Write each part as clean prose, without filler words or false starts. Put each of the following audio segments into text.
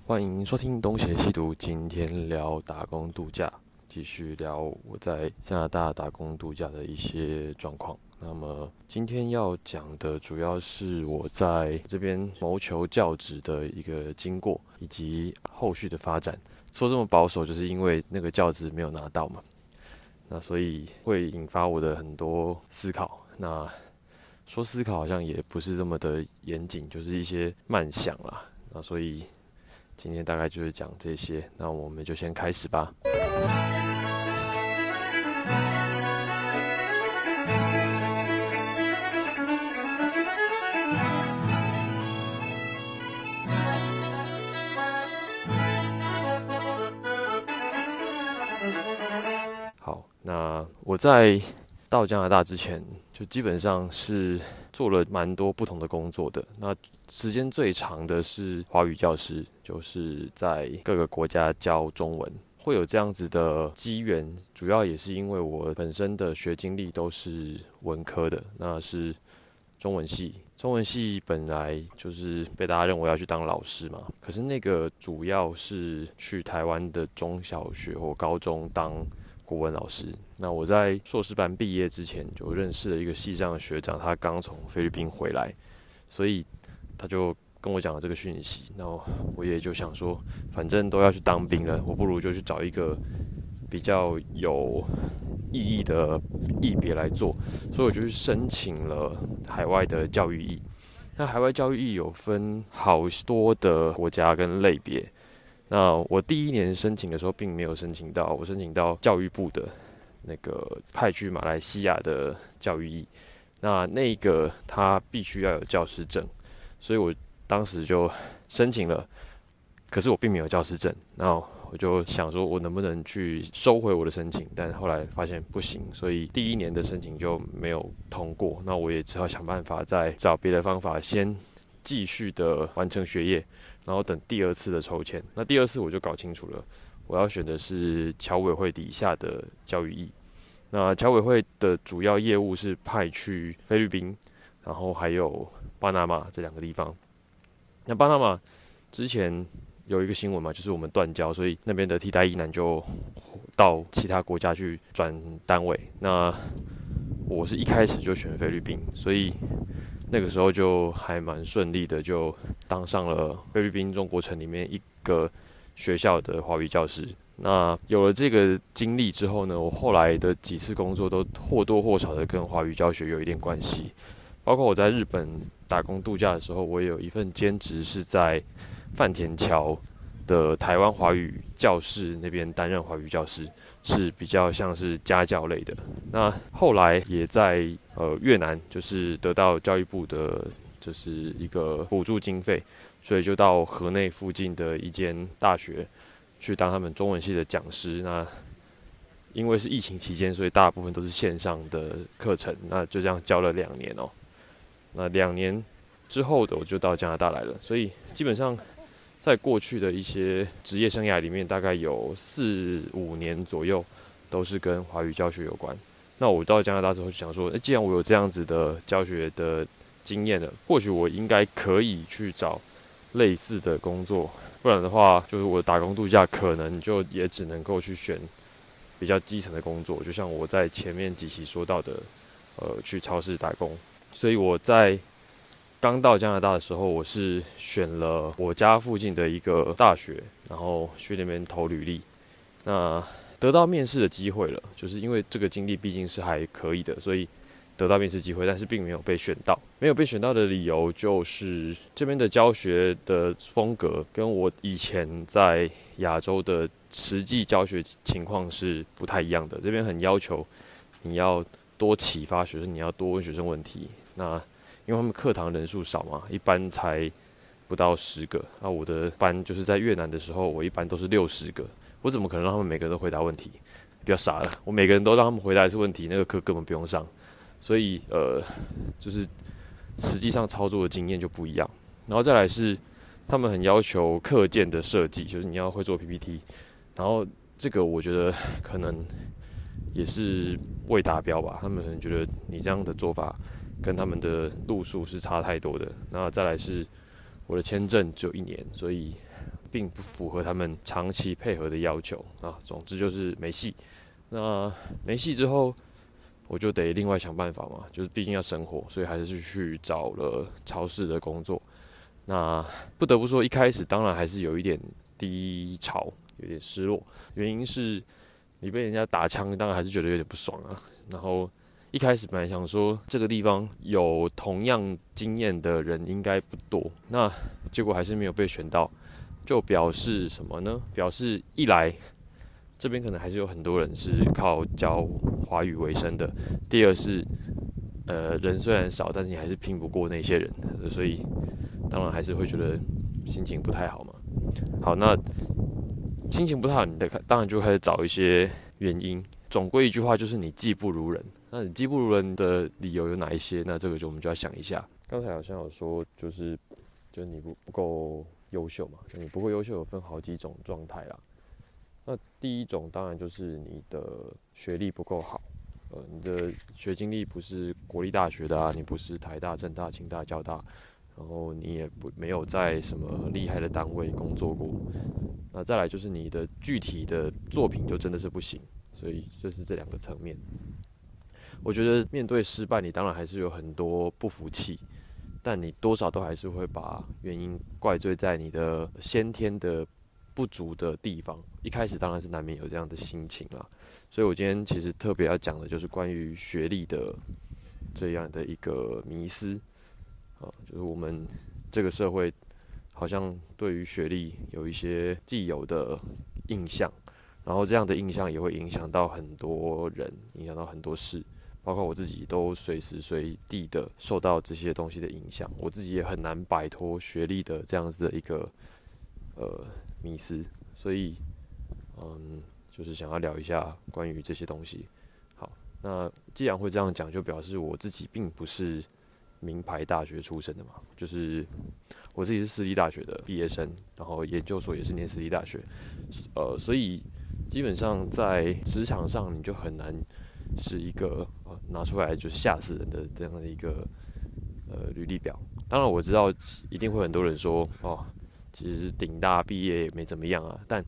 欢迎收听东邪西毒，今天聊打工度假，继续聊我在加拿大打工度假的一些状况。那么今天要讲的主要是我在这边谋求教职的一个经过，以及后续的发展。说这么保守，就是因为那个教职没有拿到嘛，那所以会引发我的很多思考。那说思考好像也不是这么的严谨，就是一些慢想啦。那所以今天大概就是讲这些，那我们就先开始吧。好，那我在到加拿大之前，就基本上是做了蛮多不同的工作的。那时间最长的是华语教师，就是在各个国家教中文。会有这样子的机缘，主要也是因为我本身的学经历都是文科的，那是中文系。中文系本来就是被大家认为要去当老师嘛，可是那个主要是去台湾的中小学或高中当国文老师。那我在硕士班毕业之前就认识了一个系上的学长，他刚从菲律宾回来，所以他就跟我讲了这个讯息。那我也就想说，反正都要去当兵了，我不如就去找一个比较有意义的役别来做，所以我就去申请了海外的教育役。那海外教育役有分好多的国家跟类别。那我第一年申请的时候并没有申请到，我申请到教育部的那个派去马来西亚的教育役。那个他必须要有教师证，所以我当时就申请了，可是我并没有教师证。那我就想说，我能不能去收回我的申请？但后来发现不行，所以第一年的申请就没有通过。那我也只好想办法再找别的方法，先继续的完成学业，然后等第二次的抽签。那第二次我就搞清楚了，我要选的是侨委会底下的教育役。那侨委会的主要业务是派去菲律宾，然后还有巴拿马这两个地方。那巴拿马之前有一个新闻嘛，就是我们断交，所以那边的替代役男就到其他国家去转单位。那我是一开始就选菲律宾，所以那个时候就还蛮顺利的，就当上了菲律宾中国城里面一个学校的华语教师。那有了这个经历之后呢，我后来的几次工作都或多或少的跟华语教学有一点关系。包括我在日本打工度假的时候，我也有一份兼职是在饭田桥的台湾华语教室那边担任华语教师，是比较像是家教类的。那后来也在越南，就是得到教育部的，就是一个补助经费，所以就到河内附近的一间大学去当他们中文系的讲师。那因为是疫情期间，所以大部分都是线上的课程，那就这样教了2年哦。那2年之后的我就到加拿大来了，所以基本上在过去的一些职业生涯里面，大概有4-5年左右都是跟华语教学有关。那我到加拿大之后就想说，既然我有这样子的教学的经验了，或许我应该可以去找类似的工作，不然的话，就是我打工度假可能就也只能够去选比较基层的工作，就像我在前面几期说到的，去超市打工。所以我在刚到加拿大的时候，我是选了我家附近的一个大学，然后去那边投履历。那得到面试的机会了，就是因为这个经历毕竟是还可以的，所以得到面试机会，但是并没有被选到。没有被选到的理由就是这边的教学的风格跟我以前在亚洲的实际教学情况是不太一样的。这边很要求你要多启发学生，你要多问学生问题。那因为他们课堂人数少嘛，一般才不到10个。那我的班就是在越南的时候，我一般都是60个。我怎么可能让他们每个人都回答问题？比较傻了，我每个人都让他们回答一次问题，那个课根本不用上。所以就是实际上操作的经验就不一样。然后再来是他们很要求课件的设计，就是你要会做 PPT。然后这个我觉得可能也是未达标吧，他们可能觉得你这样的做法跟他们的路数是差太多的。那再来是我的签证只有1年，所以并不符合他们长期配合的要求啊。总之就是没戏。那没戏之后，我就得另外想办法嘛，就是毕竟要生活，所以还是去找了超市的工作。那不得不说，一开始当然还是有一点低潮，有点失落，原因是你被人家打枪，当然还是觉得有点不爽啊。然后一开始本来想说这个地方有同样经验的人应该不多，那结果还是没有被选到，就表示什么呢？表示一来这边可能还是有很多人是靠教华语为生的，第二是人虽然少，但是你还是拼不过那些人，所以当然还是会觉得心情不太好嘛。好，那心情不太好，你当然就开始找一些原因。总归一句话就是你技不如人。那你技不如人的理由有哪一些？那这个我们就要想一下。刚才好像有说，就是你不够优秀嘛，你不够优秀有分好几种状态啦。那第一种当然就是你的学历不够好，你的学经历不是国立大学的啊，你不是台大、政大、清大、交大，然后你也没有在什么厉害的单位工作过。那再来就是你的具体的作品就真的是不行，所以就是这两个层面。我觉得面对失败，你当然还是有很多不服气，但你多少都还是会把原因怪罪在你的先天的不足的地方。一开始当然是难免有这样的心情啦，所以我今天其实特别要讲的就是关于学历的这样的一个迷思啊，就是我们这个社会好像对于学历有一些既有的印象，然后这样的印象也会影响到很多人，影响到很多事。包括我自己都随时随地的受到这些东西的影响，我自己也很难摆脱学历的这样子的一个迷思，所以就是想要聊一下关于这些东西。好，那既然会这样讲，就表示我自己并不是名牌大学出身的嘛，就是我自己是私立大学的毕业生，然后研究所也是念私立大学，所以基本上在职场上你就很难是一个拿出来就是吓死人的这样的一个履历表。当然我知道一定会很多人说其实顶大毕业也没怎么样啊，但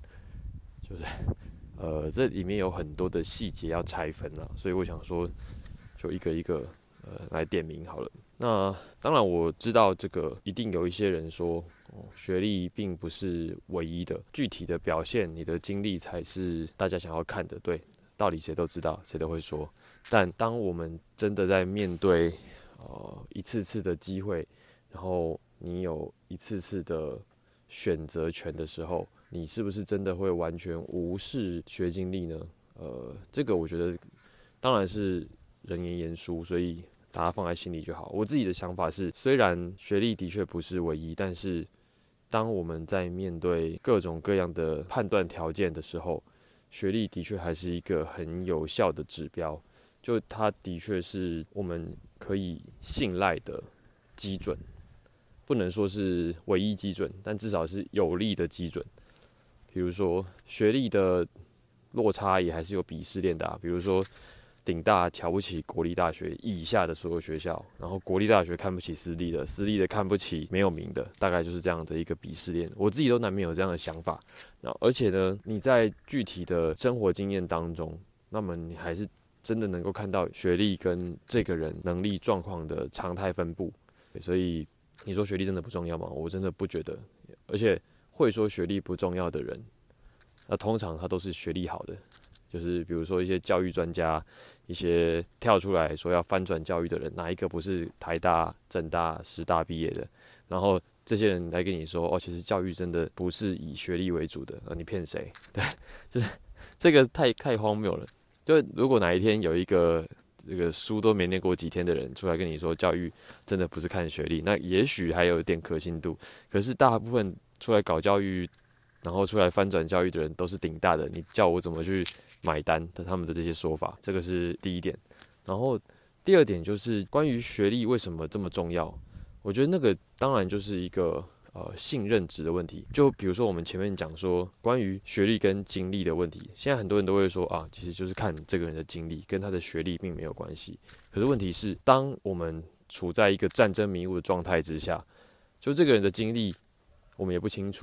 就是这里面有很多的细节要拆分啊，所以我想说就一个一个来点名好了。那当然我知道这个一定有一些人说学历并不是唯一的，具体的表现你的经历才是大家想要看的，对，道理谁都知道，谁都会说。但当我们真的在面对一次次的机会，然后你有一次次的选择权的时候，你是不是真的会完全无视学经历呢？这个我觉得当然是人言言殊，所以大家放在心里就好。我自己的想法是，虽然学历的确不是唯一，但是当我们在面对各种各样的判断条件的时候，学历的确还是一个很有效的指标，就它的确是我们可以信赖的基准，不能说是唯一基准，但至少是有利的基准。比如说学历的落差也还是有鄙视链的比如说顶大瞧不起国立大学以下的所有学校，然后国立大学看不起私立的，私立的看不起没有名的，大概就是这样的一个鄙视链。我自己都难免有这样的想法。而且呢，你在具体的生活经验当中，那么你还是真的能够看到学历跟这个人能力状况的常态分布。所以你说学历真的不重要吗？我真的不觉得。而且会说学历不重要的人，那通常他都是学历好的。就是比如说一些教育专家，一些跳出来说要翻转教育的人，哪一个不是台大、政大、师大毕业的？然后这些人来跟你说，其实教育真的不是以学历为主的，你骗谁？对，就是这个太荒谬了。就如果哪一天有一个这个书都没念过几天的人出来跟你说教育真的不是看学历，那也许还有点可信度。可是大部分出来搞教育，然后出来翻转教育的人都是顶大的，你叫我怎么去买单他们的这些说法？这个是第一点。然后第二点就是关于学历为什么这么重要？我觉得那个当然就是一个信任值的问题。就比如说我们前面讲说关于学历跟经历的问题，现在很多人都会说其实就是看这个人的经历，跟他的学历并没有关系。可是问题是，当我们处在一个战争迷雾的状态之下，就这个人的经历我们也不清楚，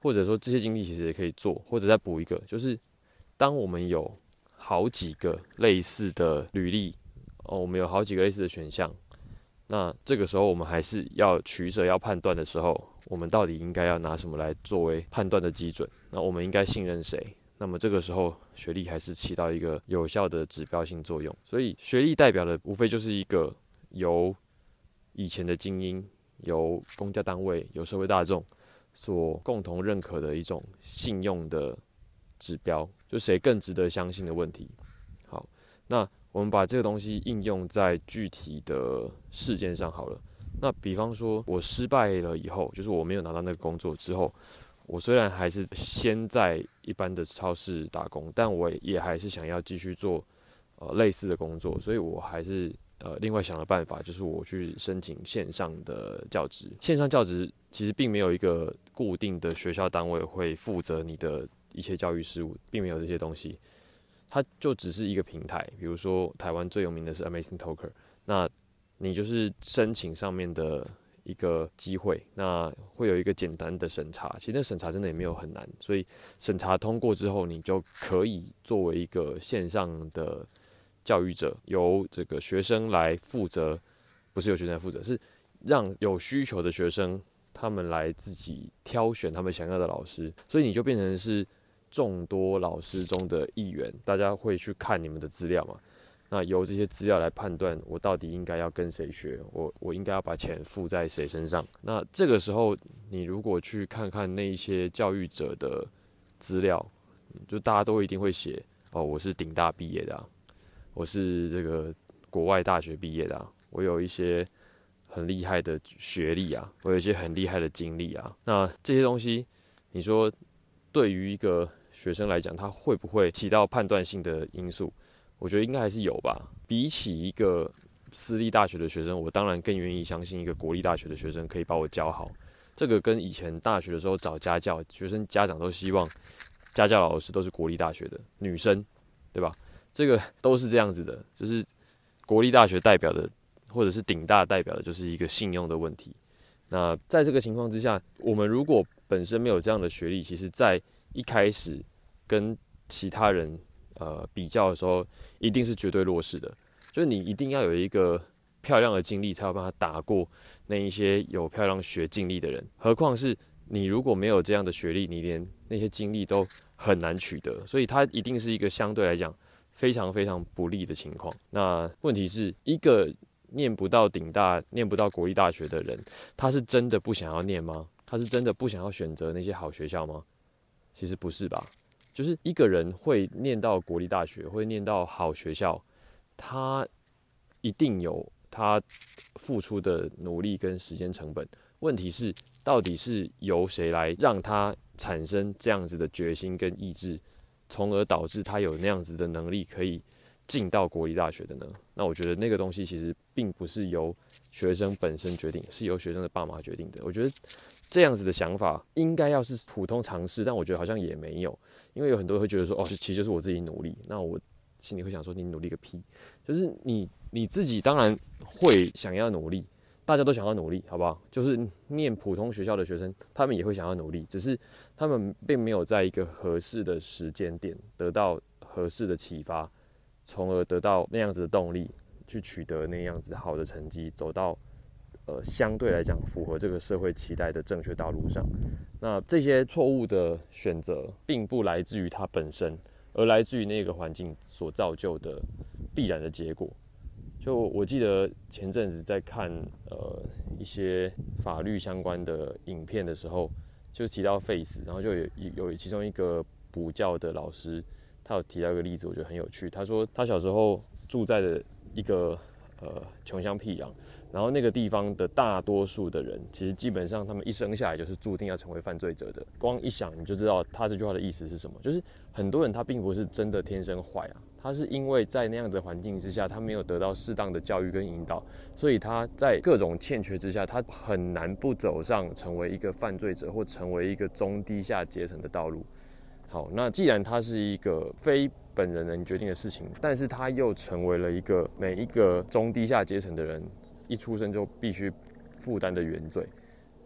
或者说这些经历其实也可以做，或者再补一个，就是当我们有好几个类似的履历，我们有好几个类似的选项，那这个时候我们还是要取舍、要判断的时候，我们到底应该要拿什么来作为判断的基准？那我们应该信任谁？那么这个时候，学历还是起到一个有效的指标性作用。所以学历代表的无非就是一个由以前的精英、由公家单位、由社会大众所共同认可的一种信用的指标，就谁更值得相信的问题。好，那我们把这个东西应用在具体的事件上好了。那比方说，我失败了以后，就是我没有拿到那个工作之后，我虽然还是先在一般的超市打工，但我也还是想要继续做类似的工作，所以我还是另外想了办法，就是我去申请线上的教职。线上教职其实并没有一个固定的学校单位会负责你的一切教育事务，并没有这些东西，它就只是一个平台。比如说台湾最有名的是 Amazing Talker， 那你就是申请上面的一个机会，那会有一个简单的审查，其实那审查真的也没有很难，所以审查通过之后，你就可以作为一个线上的教育者，由这个学生来负责，不是由学生来负责，是让有需求的学生他们来自己挑选他们想要的老师，所以你就变成是众多老师中的一员，大家会去看你们的资料嘛。那由这些资料来判断，我到底应该要跟谁学，我应该要把钱付在谁身上。那这个时候，你如果去看看那一些教育者的资料，就大家都一定会写我是顶大毕业的我是这个国外大学毕业的我有一些很厉害的学历我有一些很厉害的经历那这些东西，你说对于一个学生来讲，他会不会起到判断性的因素？我觉得应该还是有吧。比起一个私立大学的学生，我当然更愿意相信一个国立大学的学生可以把我教好。这个跟以前大学的时候找家教，学生家长都希望家教老师都是国立大学的女生，对吧？这个都是这样子的，就是国立大学代表的，或者是顶大代表的，就是一个信用的问题。那在这个情况之下，我们如果本身没有这样的学历，其实在一开始跟其他人比较的时候，一定是绝对弱势的。就是你一定要有一个漂亮的经历，才有办法打过那一些有漂亮学经历的人。何况是你如果没有这样的学历，你连那些经历都很难取得，所以它一定是一个相对来讲非常非常不利的情况。那问题是一个念不到顶大、念不到国立大学的人，他是真的不想要念吗？他是真的不想要选择那些好学校吗？其实不是吧。就是一个人会念到国立大学，会念到好学校，他一定有他付出的努力跟时间成本。问题是，到底是由谁来让他产生这样子的决心跟意志，从而导致他有那样子的能力可以进到国立大学的呢？那我觉得那个东西其实并不是由学生本身决定，是由学生的爸妈决定的。我觉得这样子的想法应该要是普通常识，但我觉得好像也没有。因为有很多人会觉得说，其实就是我自己努力。那我心里会想说，你努力个屁！就是你自己当然会想要努力，大家都想要努力，好不好？就是念普通学校的学生，他们也会想要努力，只是他们并没有在一个合适的时间点得到合适的启发，从而得到那样子的动力，去取得那样子好的成绩，走到相对来讲符合这个社会期待的正确道路上。那这些错误的选择并不来自于它本身，而来自于那个环境所造就的必然的结果。就我记得前阵子在看一些法律相关的影片的时候，就提到 Face， 然后就有其中一个补教的老师，他有提到一个例子，我觉得很有趣。他说他小时候住在的一个穷乡僻壤，然后那个地方的大多数的人，其实基本上他们一生下来就是注定要成为犯罪者的。光一想你就知道他这句话的意思是什么，就是很多人他并不是真的天生坏他是因为在那样的环境之下，他没有得到适当的教育跟引导，所以他在各种欠缺之下，他很难不走上成为一个犯罪者或成为一个中低下阶层的道路。好，那既然它是一个非本人能决定的事情，但是它又成为了一个每一个中低下阶层的人一出生就必须负担的原罪。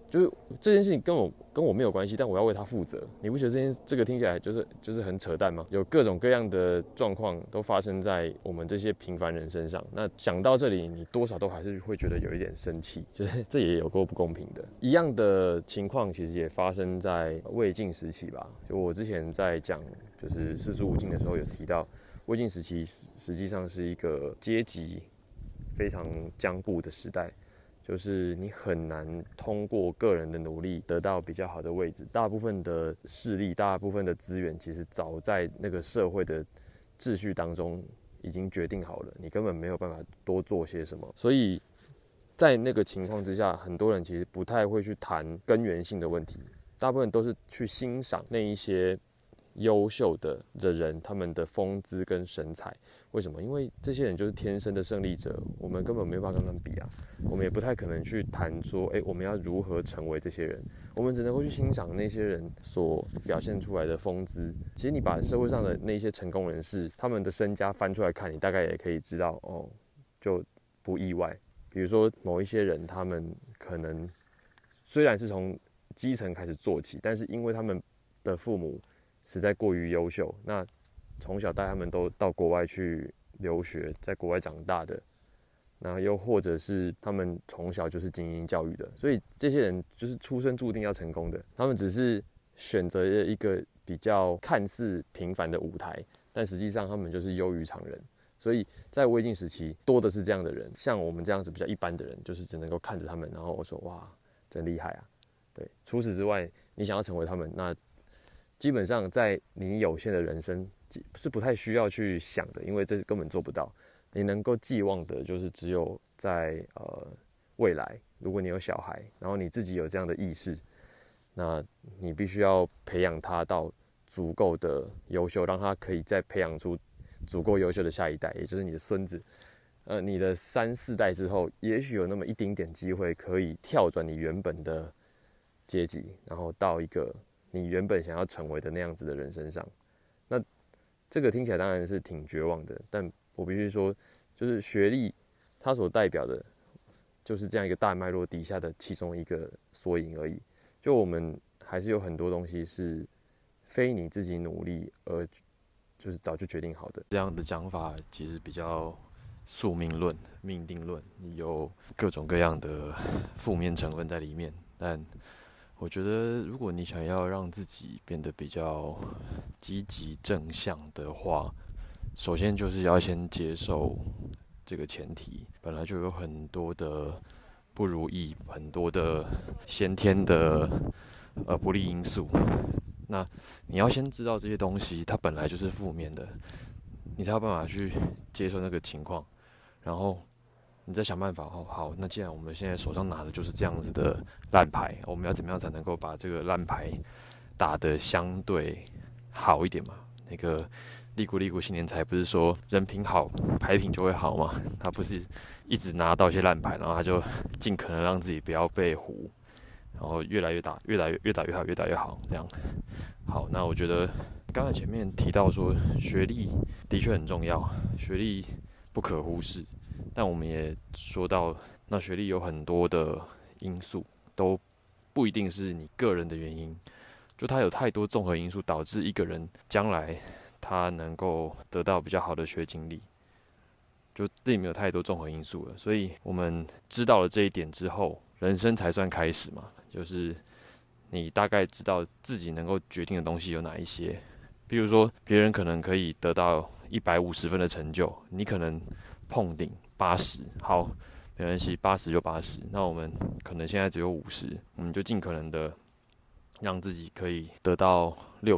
就是这件事情跟我没有关系，但我要为他负责。你不觉得这个听起来就是很扯淡吗？有各种各样的状况都发生在我们这些平凡人身上。那想到这里，你多少都还是会觉得有一点生气，就是这也有够不公平的。一样的情况其实也发生在魏晋时期吧。就我之前在讲就是四书五经的时候有提到，魏晋时期实际上是一个阶级非常僵固的时代。就是你很难通过个人的努力得到比较好的位置，大部分的势力、大部分的资源，其实早在那个社会的秩序当中已经决定好了，你根本没有办法多做些什么。所以在那个情况之下，很多人其实不太会去谈根源性的问题，大部分都是去欣赏那一些优秀的人，他们的风姿跟神采。为什么？因为这些人就是天生的胜利者，我们根本没有办法跟他们比啊。我们也不太可能去谈说，我们要如何成为这些人。我们只能够去欣赏那些人所表现出来的风姿。其实你把社会上的那些成功人士，他们的身家翻出来看，你大概也可以知道，就不意外。比如说某一些人，他们可能虽然是从基层开始做起，但是因为他们的父母实在过于优秀，那从小带他们都到国外去留学，在国外长大的，然后又或者是他们从小就是精英教育的，所以这些人就是出生注定要成功的，他们只是选择了一个比较看似平凡的舞台，但实际上他们就是优于常人。所以在魏晋时期多的是这样的人，像我们这样子比较一般的人，就是只能够看着他们，然后我说哇，真厉害啊！对，除此之外，你想要成为他们，那基本上在你有限的人生是不太需要去想的，因为这根本做不到。你能够寄望的就是只有在未来，如果你有小孩，然后你自己有这样的意识，那你必须要培养他到足够的优秀，让他可以再培养出足够优秀的下一代，也就是你的孙子。你的3、4代之后，也许有那么一丁点机会可以跳转你原本的阶级，然后到一个你原本想要成为的那样子的人身上。那这个听起来当然是挺绝望的，但我必须说，就是学历它所代表的，就是这样一个大脉络底下的其中一个缩影而已。就我们还是有很多东西是非你自己努力而就是早就决定好的。这样的讲法其实比较宿命论、命定论，你有各种各样的负面成分在里面。但我觉得，如果你想要让自己变得比较积极正向的话，首先就是要先接受这个前提，本来就有很多的不如意，很多的先天的不利因素。那你要先知道这些东西，它本来就是负面的，你才有办法去接受那个情况，然后你再想办法。好，那既然我们现在手上拿的就是这样子的烂牌，我们要怎么样才能够把这个烂牌打得相对好一点嘛？那个利古新年财不是说人品好，牌品就会好吗？他不是一直拿到一些烂牌，然后他就尽可能让自己不要被唬，然后越来越打越好，越打越好，这样。好，那我觉得刚才前面提到说学历的确很重要，学历不可忽视，但我们也说到，那学历有很多的因素，都不一定是你个人的原因，就它有太多综合因素导致一个人将来他能够得到比较好的学经历，就这里面有太多综合因素了。所以我们知道了这一点之后，人生才算开始嘛，就是你大概知道自己能够决定的东西有哪一些。比如说，别人可能可以得到150分的成就，你可能碰顶80，好，没关系，80就80。那我们可能现在只有50，我们就尽可能的让自己可以得到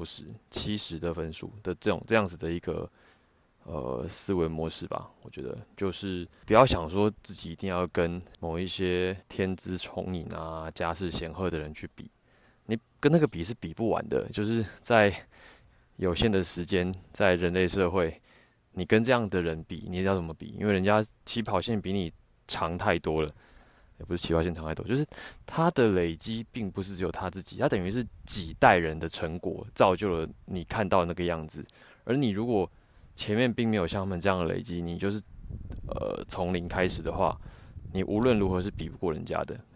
60、70的分数的这样子的一个思维模式吧。我觉得就是不要想说自己一定要跟某一些天资聪颖啊、家世显赫的人去比，你跟那个比是比不完的。就是在有限的时间，在人类社会，你跟这样的人比，你要怎么比？因为人家起跑线比你长太多了，也不是起跑线长太多，就是他的累积并不是只有他自己，他等于是几代人的成果造就了你看到那个样子。而你如果前面并没有像他们这样的累积，你就是从零开始的话，你无论如何是比不过人家的。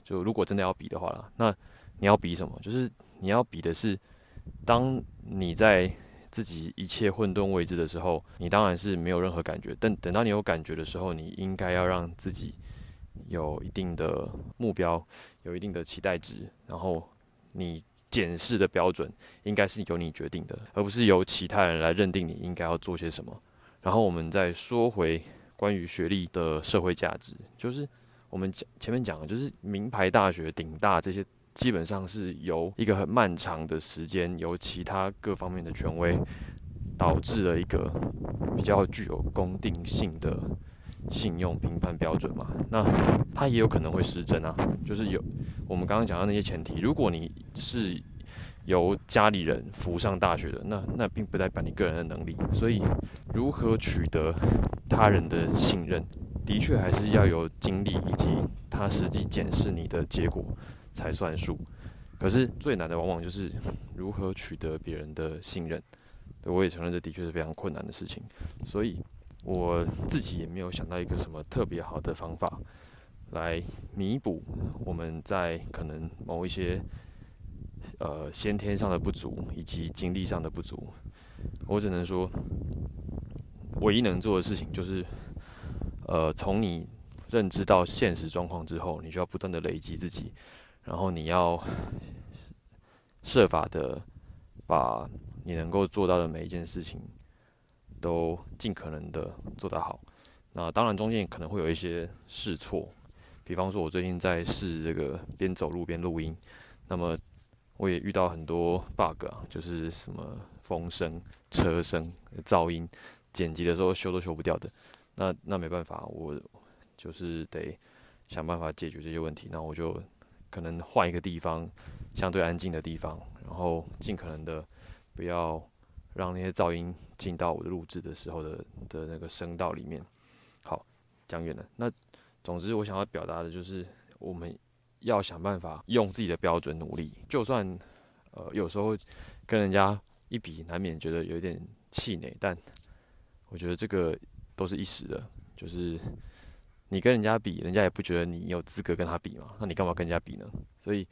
就如果真的要比的话啦，那你要比什么？就是你要比的是，当你在自己一切混沌未知的时候，你当然是没有任何感觉。但等到你有感觉的时候，你应该要让自己有一定的目标，有一定的期待值，然后你检视的标准应该是由你决定的，而不是由其他人来认定你应该要做些什么。然后我们再说回关于学历的社会价值，就是我们前面讲的，就是名牌大学、顶大这些，基本上是由一个很漫长的时间，由其他各方面的权威，导致了一个比较具有公定性的信用评判标准嘛。那它也有可能会失真啊，就是有我们刚刚讲到那些前提，如果你是由家里人扶上大学的，那并不代表你个人的能力。所以，如何取得他人的信任，的确还是要有经历以及他实际检视你的结果才算数。可是最难的往往就是如何取得别人的信任。对，我也承认这的确是非常困难的事情。所以我自己也没有想到一个什么特别好的方法来弥补我们在可能某一些先天上的不足以及经历上的不足。我只能说，唯一能做的事情就是，从你认知到现实状况之后，你就要不断的累积自己，然后你要设法的把你能够做到的每一件事情都尽可能的做得好。那当然中间可能会有一些试错，比方说我最近在试这个边走路边录音，那么我也遇到很多 bug 啊，就是什么风声、车声、噪音，剪辑的时候修都修不掉的。那没办法，我就是得想办法解决这些问题。那我就可能换一个地方，相对安静的地方，然后尽可能的不要让那些噪音进到我的录制的时候的那个声道里面。好，讲远了。那总之我想要表达的就是，我们要想办法用自己的标准努力，就算有时候跟人家一比，难免觉得有点气馁，但我觉得这个都是一时的，就是你跟人家比，人家也不觉得你有资格跟他比嘛，那你干嘛跟人家比呢？所以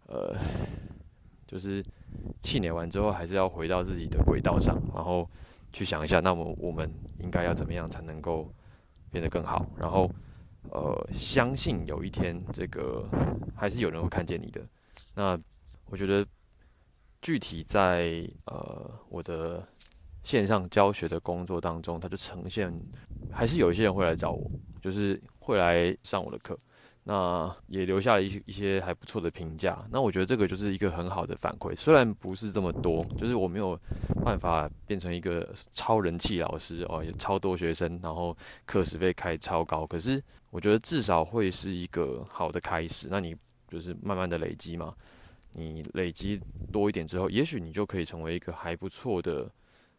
就是气馁完之后，还是要回到自己的轨道上，然后去想一下，那我们应该要怎么样才能够变得更好，然后相信有一天这个还是有人会看见你的。那我觉得具体在我的线上教学的工作当中，它就呈现还是有一些人会来找我，就是会来上我的课。那也留下了一些还不错的评价。那我觉得这个就是一个很好的反馈，虽然不是这么多，就是我没有办法变成一个超人气老师哦，有超多学生，然后课时费开超高。可是我觉得至少会是一个好的开始。那你就是慢慢的累积嘛，你累积多一点之后，也许你就可以成为一个还不错的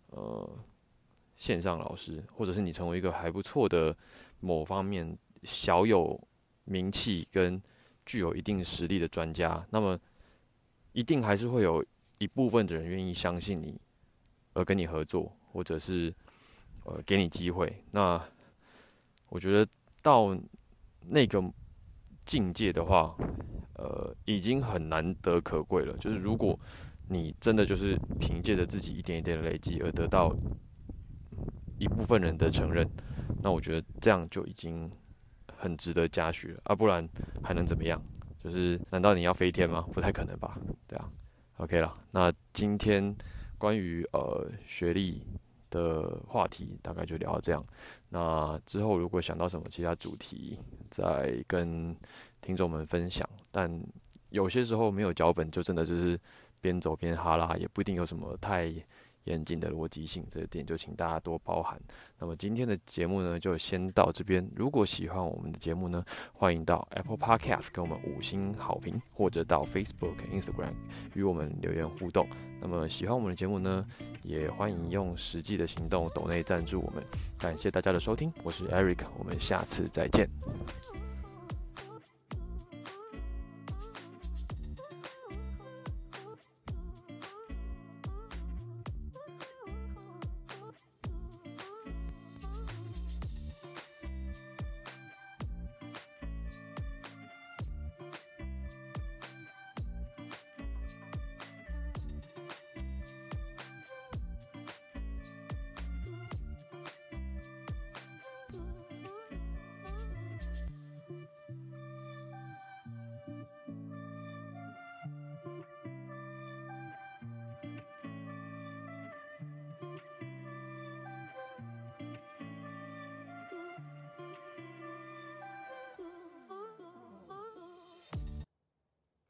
线上老师，或者是你成为一个还不错的某方面小有名气跟具有一定实力的专家，那么一定还是会有一部分的人愿意相信你，而跟你合作，或者是给你机会。那我觉得到那个境界的话，已经很难得可贵了。就是如果你真的就是凭借着自己一点一点的累积而得到一部分人的承认，那我觉得这样就已经很值得嘉许了啊，不然还能怎么样？就是难道你要飞天吗？不太可能吧，对啊。OK 啦，那今天关于学历的话题大概就聊到这样。那之后如果想到什么其他主题，再跟听众们分享。但有些时候没有脚本，就真的就是边走边哈拉，也不一定有什么太严谨的逻辑性，这点就请大家多包涵。那么今天的节目呢，就先到这边。如果喜欢我们的节目呢，欢迎到 Apple Podcast 给我们5星好评，或者到 Facebook、Instagram 与我们留言互动。那么喜欢我们的节目呢，也欢迎用实际的行动抖内赞助我们。感谢大家的收听，我是 Eric，我们下次再见。